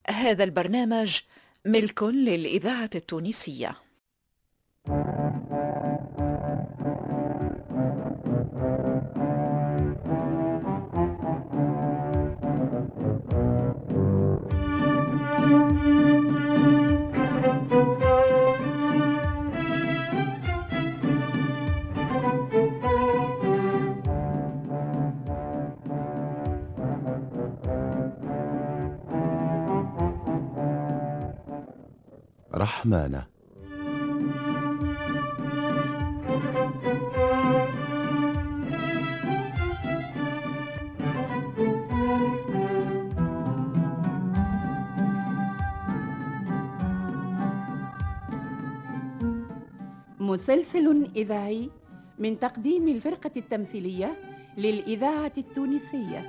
هذا البرنامج ملك للإذاعة التونسية. رحمانة. مسلسل إذاعي من تقديم الفرقة التمثيلية للإذاعة التونسية.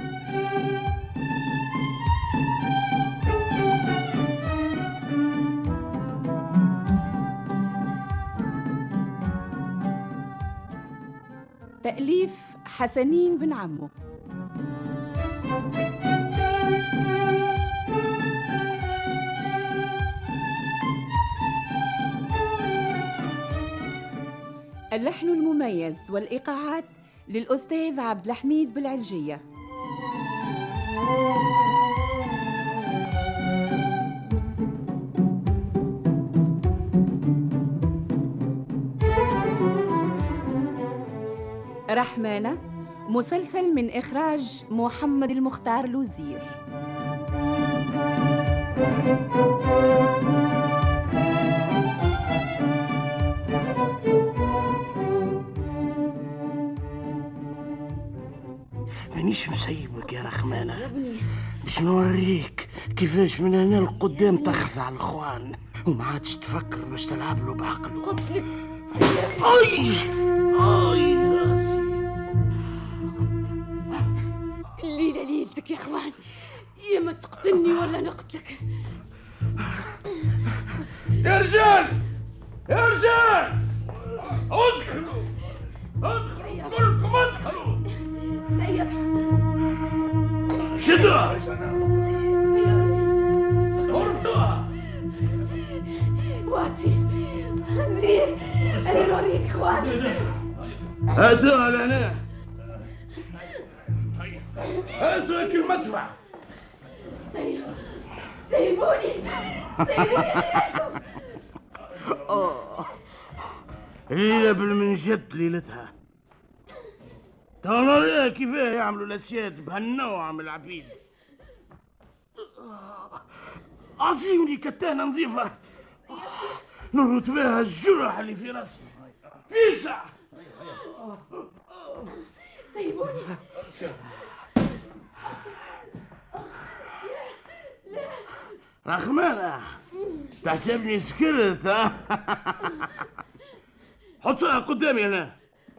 تأليف حسنين بن عمو. اللحن المميز والإيقاعات للأستاذ عبد الحميد بالعلجية. رحمانة مسلسل من إخراج محمد المختار لوزير. مانيش مسيبك يا رحمانة، باش نوريك كيفاش من هنا لقدام تخفى على الاخوان وما عادش تفكر باش تلعب له بعقله. قلت لك اي راسي الليلة ليدك يا اخوان، يا ما تقتلني ولا نقتلك. يا رجال يا رجال ادخلوا ادخلوا كلكم ادخلوا. سيب شدوها ضربوها واتي نزير. انا نوريك اخوان. هاتوها لهنا، هاتوا هيك المدفع. سيبوني عليكم. ليلة بالمنجد ليلتها. ترى كيفاه يعملوا الاسياد بهالنوع من العبيد. اعطيوني كتانة نظيفة نربط بها الجرح اللي في راسي. فيسع سيبوني. رحمانة تحسبني سكرت ها؟ حطها قدامي هنا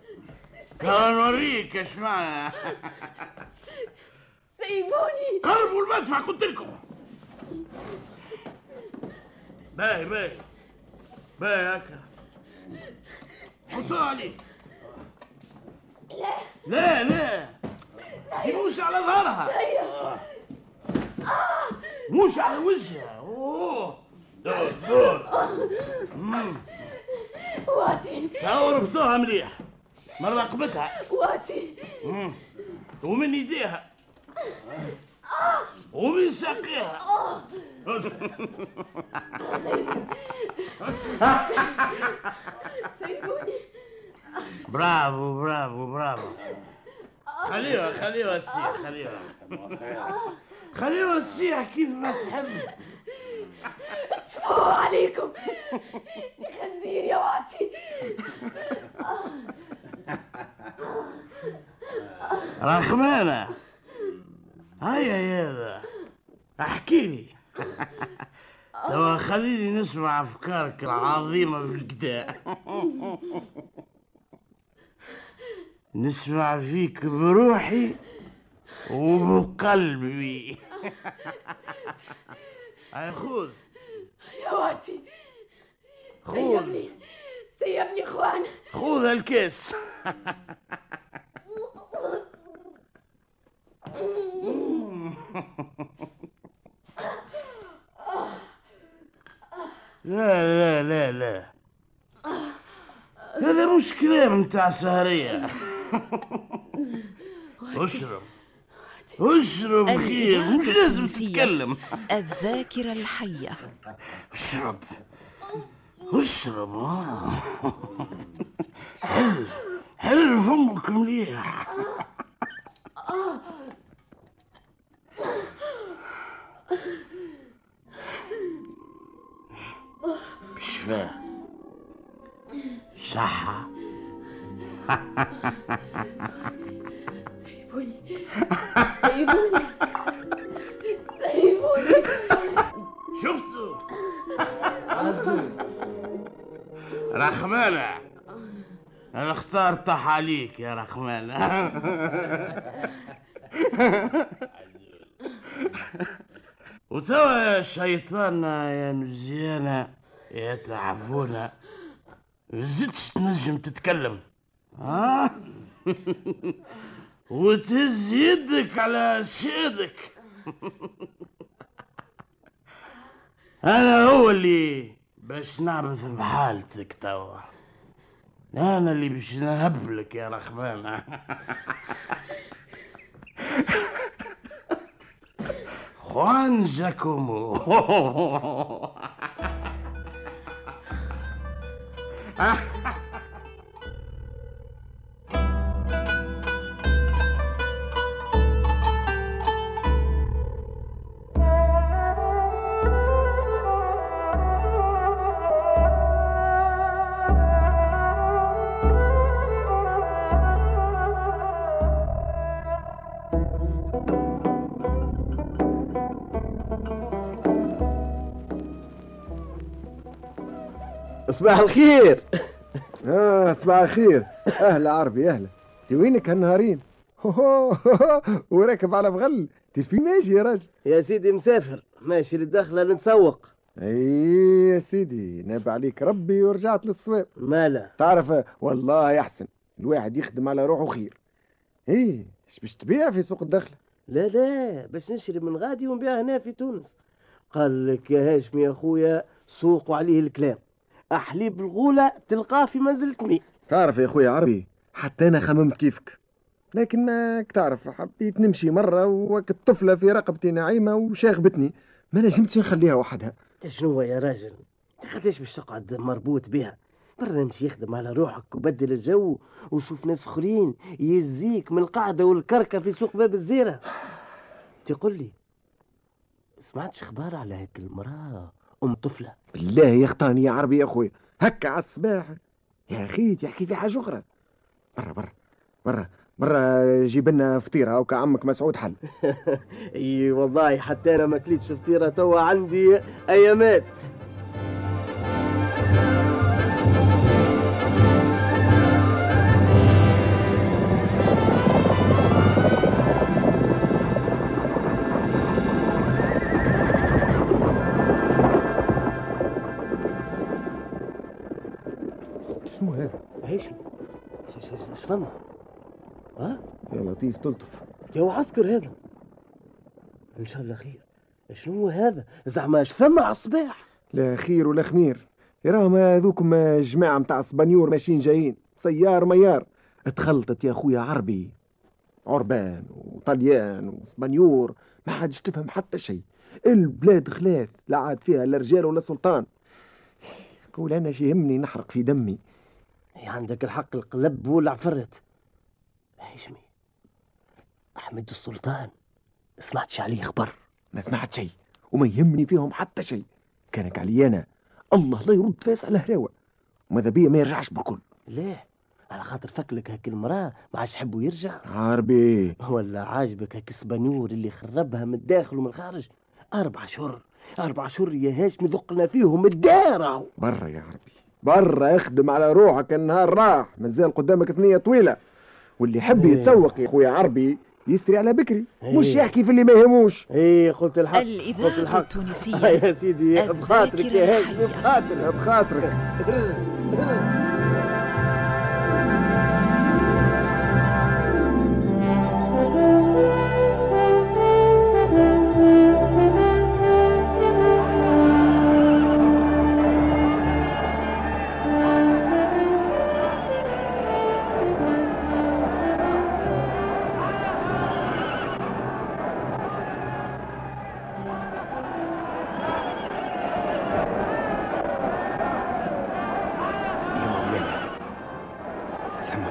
نوريك اش معنى. سيبوني. قربوا المدفع قلت لكم. باهي هكا حطها عليك. لا مش على ظهرها، مش على وجهها. اوه دور واتي ربطوها مليح من رقبتها واتي ومن يديها ومن ساقيها. سيبوني. برافو خليها تسيح كيف ما تحب. تفوه عليكم يا خنزير يا واتي. رحمانة هيا احكي لي. توا خليني نسمع افكارك العظيمة بالكدا. نسمع فيك بروحي وبقلبي. هاي خذ يا واتي. سيبني اخوان. خذ الكيس. لا لا لا لا، هذا مش كلام متاع سهرية. اشرب اشرب خير، مش لازم تتكلم. الذاكرة الحية. اشرب اشرب. حل فمك مليح. بشفاه صحة. سيبوني سيبوني سيبوني. شفتوا رحمانة، أنا اخترتها عليك يا رحمانة. وتوا يا شيطانة يا مزيانة يا تعفونة، مزدتش تنجم تتكلم وتهز يدك على سيدك. أنا هو اللي باش نعبث بحالتك توا، أنا اللي باش نهبلك يا رحمانة. خوان جاكومو. صباح الخير. صباح الخير. اهلا عربي اهلا. تي وينك هالنهارين؟ وراكب على بغل، تي فين ماشي يا راجل؟ يا سيدي مسافر ماشي للداخله نتسوق. اي يا سيدي ناب عليك ربي ورجعت للصواب. مالا تعرف والله يحسن الواحد يخدم على روحه خير. ايه ايش باش تبيع في سوق الداخله؟ لا لا باش نشري من غادي ونبيع هنا في تونس. قال لك يا هاشم يا خويا سوقوا عليه الكلام، أحليب الغولة تلقاه في منزل تمي. تعرف يا خويا عربي حتى أنا خممت كيفك، لكن ما تعرف حبيت نمشي مرة وقت الطفلة في رقبتي نعيمة وشاغبتني، ما نجمتش نخليها وحدها. شنو يا راجل انت خداش باش تقعد مربوط بها؟ برا نمشي يخدم على روحك وبدل الجو وشوف ناس اخرين يزيك من القعدة والكركة في سوق باب الزيرة. تقول لي سمعتش اخبار على هيك المرأة ام طفلة؟ بالله يخطاني يا عربي يا خويا هكا على الصباح يا اخي تحكي في حاجه اخرى. برا جيب لنا فطيره وكا عمك مسعود حل. اي والله حتى انا ما كليتش فطيره توا عندي ايامات. شنو هذا؟ ايش فما؟ ها؟ يا لطيف تلطف. يا عسكر هذا ان شاء الله خير. شنو هذا؟ زعما اش ثم على الصباح؟ لا خير ولا خمير، يراهم هذوكم جماعه متاع اسبانيور ماشيين جايين سيار ميار، اتخلطت يا خويا عربي، عربان وطليان واسبانيور، ما حدش تفهم حتى شيء. البلاد خلاث لا عاد فيها لا رجال ولا سلطان. قول انا شي يهمني نحرق في دمي. عندك الحق القلب ولا عفرت. هاشمي احمد السلطان سمعتش عليه خبر؟ ما سمعت شيء وما يهمني فيهم حتى شيء. كانك علي انا الله لا يرد فاس على هراوه وماذا بيا ما يرجعش بكل. ليه؟ على خاطر فكلك هاك المراه ما عادش حبوا يرجع؟ عربي ولا عاجبك هاك السبانيور اللي خربها من الداخل ومن الخارج؟ 4 شهور يا هاشم ذقنا فيهم الدار. برا يا عربي برا اخدم على روحك، النهار راح مازال قدامك ثنية طويلة، واللي يحب يتسوق يا خويا عربي يسري على بكري مش يحكي في اللي ما يهموش. قلت الحق. الإذاعة التونسية يا سيدي بخاطرك يا هاشم بخاطرك.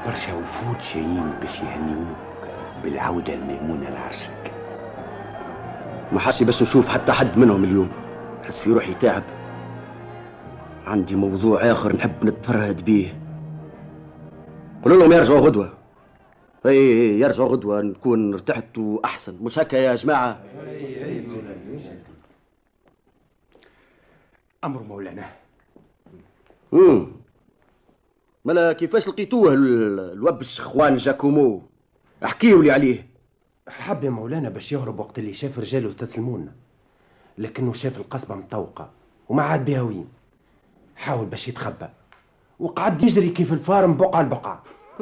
برشا وفود جايين باش يهنيوك بالعودة الميمونة لعرشك. ما حاشي باش نشوف حتى حد منهم اليوم، حس في روحي تعب. عندي موضوع آخر نحب نتفرهد بيه. قولوا لهم يرجعوا غدوة. اي يرجعوا غدوة نكون ارتحت وأحسن، مش هكا يا جماعة؟ أمر مولانا. مالا كيفاش لقيتوه الوب الشخوان جاكومو؟ احكيولي عليه. حب يا مولانا باش يهرب وقت اللي شاف رجاله يستسلمونا، لكنه شاف القصبة مطوقة وما عاد بها وين. حاول باش يتخبى وقعد يجري كيف الفار من بقعة لبقعة.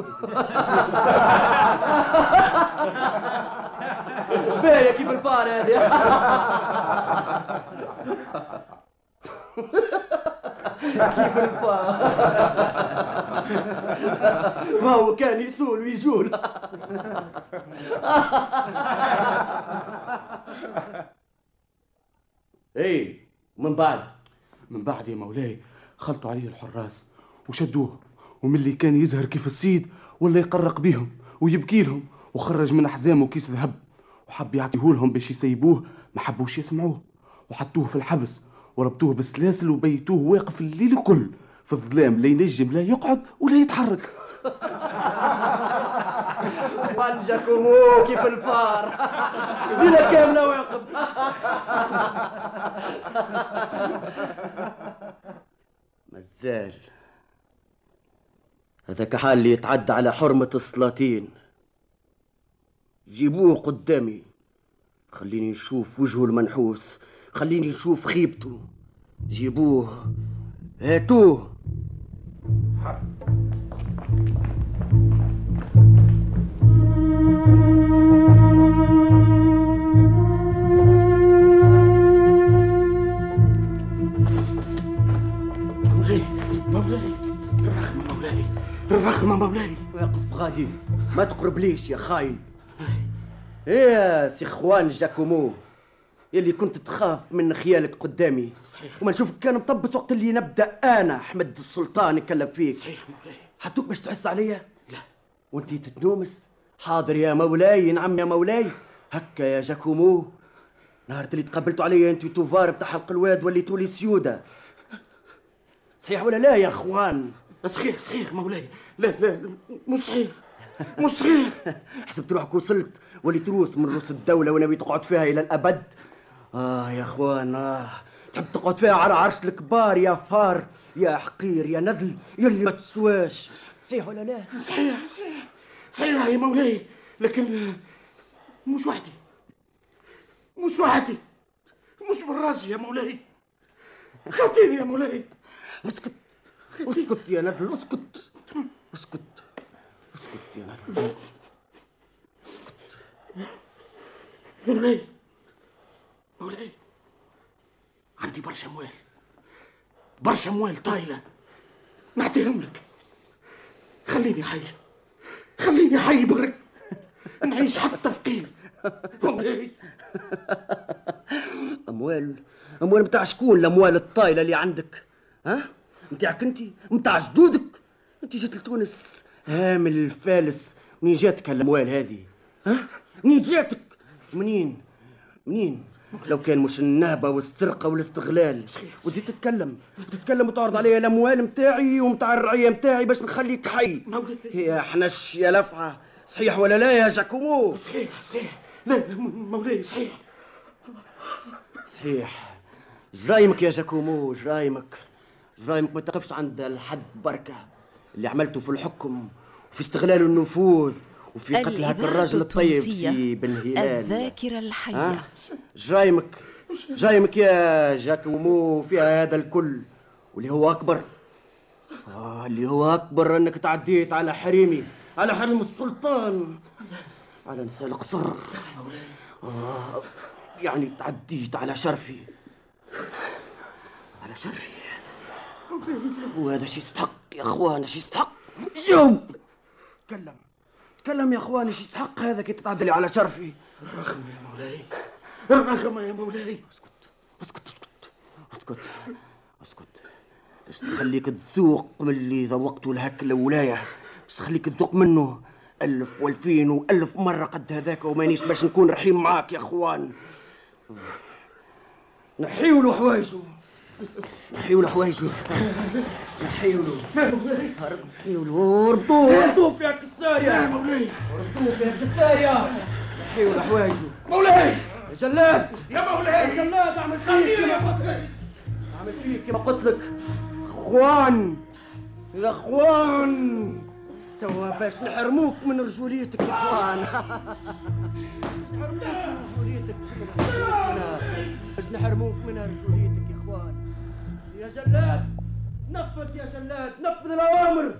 باهية كيف الفار هذه. كيف الفار. ما هو كان يسول ويجول. ايه من بعد يا مولاي خلطوا عليه الحراس وشدوه، ومن اللي كان يزهر كيف السيد ولا يقرق بيهم ويبكي لهم، وخرج من أحزامه كيس ذهب وحب يعطيهولهم باش يسيبوه، ما حبوش يسمعوه وحطوه في الحبس وربطوه بالسلاسل وبيتوه واقف الليل الكل في الظلام، لا ينجم لا يقعد ولا يتحرك. جاكومو كيف الفار. ليلة كاملة واقف. مازال هذاك حال اللي يتعدى على حرمة السلاطين. جيبوه قدامي، خليني نشوف وجهه المنحوس، خليني نشوف خيبته. جيبوه، هاتوه. الرحمة مولاي. وقف غادي، ما تقرب ليش يا خاين. ايه يا سي خوان جاكومو، يلي كنت تخاف من خيالك قدامي. صحيح. وما نشوفك كان مطبس وقت اللي نبدا انا احمد السلطان نتكلم فيك. صحيح مولاي. حطوك باش تحس عليا؟ لا. وانتي تتنومس؟ حاضر يا مولاي، نعم يا مولاي. هكا يا جاكومو، نهار اللي تقبلتوا عليا انتي توفار بتاع حلق الواد وليتوا لي سيوده. صحيح ولا لا يا اخوان؟ صحيح مولاي. لا مش صحيح. حسبت روحك وصلت وليت روس من روس الدولة وناوي تقعد فيها إلى الأبد. يا أخوان، تحب تقعد فيها على عرش الكبار يا فار، يا حقير، يا نذل، يلي ما تسواش. صحيح ولا لا؟ صحيح يا مولاي، لكن مش وحدي، مش بالراس يا مولاي. خاطيني يا مولاي. اسكت يا نذل، اسكت يا نذل. مولاي عندي برشا اموال طايله نعطيهم لك. خليني حي برك، نعيش حتى فقير مولاي. اموال متاع شكون الاموال الطايله اللي عندك؟ متاعك انت، متاع جدودك؟ انت جيت لتونس هامل الفالس، منين جاتك هالاموال هذه؟ منين جاتك؟ منين؟ لو كان مش النهبه والسرقه والاستغلال وتزيد تتكلم وتعرض عليا الاموال متاعي ومتاع الرعيه متاعي باش نخليك حي. يا حنش يا لفعه، صحيح ولا لا يا جاكومو؟ صحيح. لا مولاي صحيح. جرايمك يا جاكومو، جرايمك ما تقفش عند الحد بركه. اللي عملته في الحكم وفي استغلال النفوذ وفي قتل هاك الراجل الطيب سي بن هلال. الذاكرة الحية. جرايمك يا جاكومو فيها هذا الكل، واللي هو أكبر أنك تعديت على حريمي، على حريم السلطان، على نساء القصر. يعني تعديت على شرفي. وهذا شي يستحق يا أخوان، شي يستحق. جاوب، تكلم يا اخواني، شو يستحق هذا كي تتعدى لي على شرفي؟ الرحمة يا مولاي. اسكت. باش تخليك تذوق من اللي ذوقته لهك الولاية، باش تخليك تذوق منه 1000 و2000 و1000 مرة قد هذاك، ومانيش باش نكون رحيم معاك يا اخوان. نحيولو حوايجو، نحيولو حوايجو، نحيولو ربطوه فيها كساية يا مولاي، ربطوه فيها كساية، نحيولو حوايجو مولاي. يا جلاد يا مولاي، يا جلاد اعمل فيك كما قلت لك، اعمل فيك كما قلت لك. اخوان يا اخوان، توا باش نحرموك من رجوليتك يا اخوان. باش نحرموك منها رجوليتك يا اخوان. يا جلاد نفذ، يا جلاد نفذ الاوامر.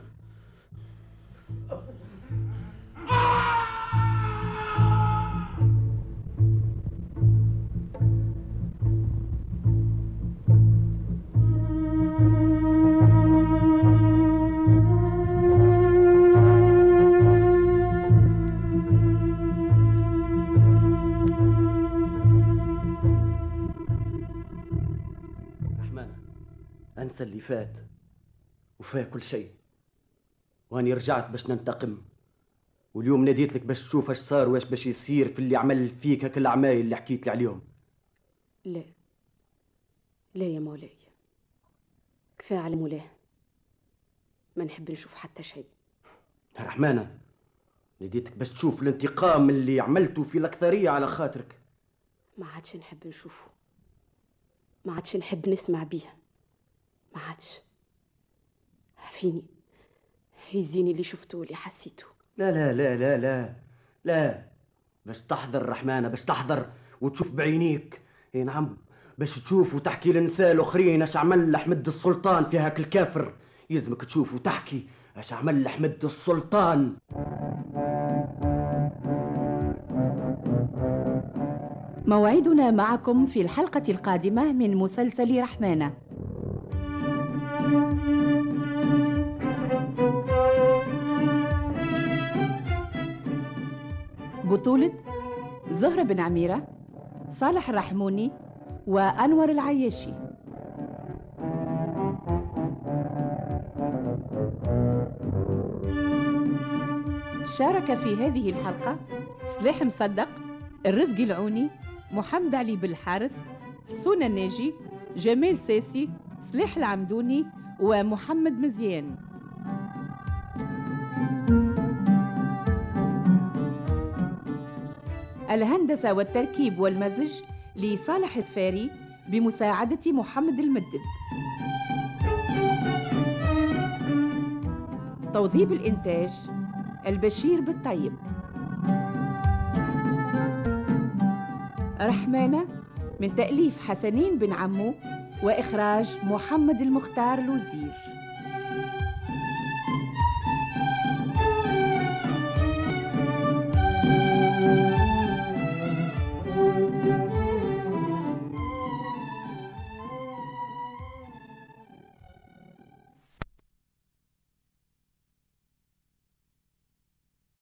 انسى اللي فات وفاه كل شيء، واني رجعت باش ننتقم، واليوم ناديت لك باش تشوف اش صار واش باش يصير في اللي عمل فيك هك العمايل اللي حكيت لي عليهم. لا لا يا مولاي، كفايه على مولاه، ما نحب نشوف حتى شيء. يا رحمانة، ناديتك باش تشوف الانتقام اللي عملته في الأكثرية على خاطرك. ما عادش نحب نشوفه، ما عادش نحب نسمع بيه، ما عادش. عفيني، يزيني اللي شفته واللي حسيته. لا لا لا لا لا لا، باش تحضر رحمانة، باش تحضر وتشوف بعينيك. اي نعم، باش تشوف وتحكي للنساء الاخرين اش عمل حمد السلطان في هاك الكافر. يلزمك تشوف وتحكي اش عمل حمد السلطان. موعدنا معكم في الحلقة القادمة من مسلسل رحمانة. بطولة زهرة بن عميرة، صالح الرحموني، وأنور العياشي. شارك في هذه الحلقة صلاح مصدق، الرزق العوني، محمد علي بالحارث، حسون الناجي، جمال ساسي، صلاح العمدوني، ومحمد مزيان. الهندسة والتركيب والمزج لصالح السفاري بمساعدة محمد المدب. توظيف الإنتاج البشير بالطيب. رحمانة من تأليف حسنين بن عمو، وإخراج محمد المختار لوزير.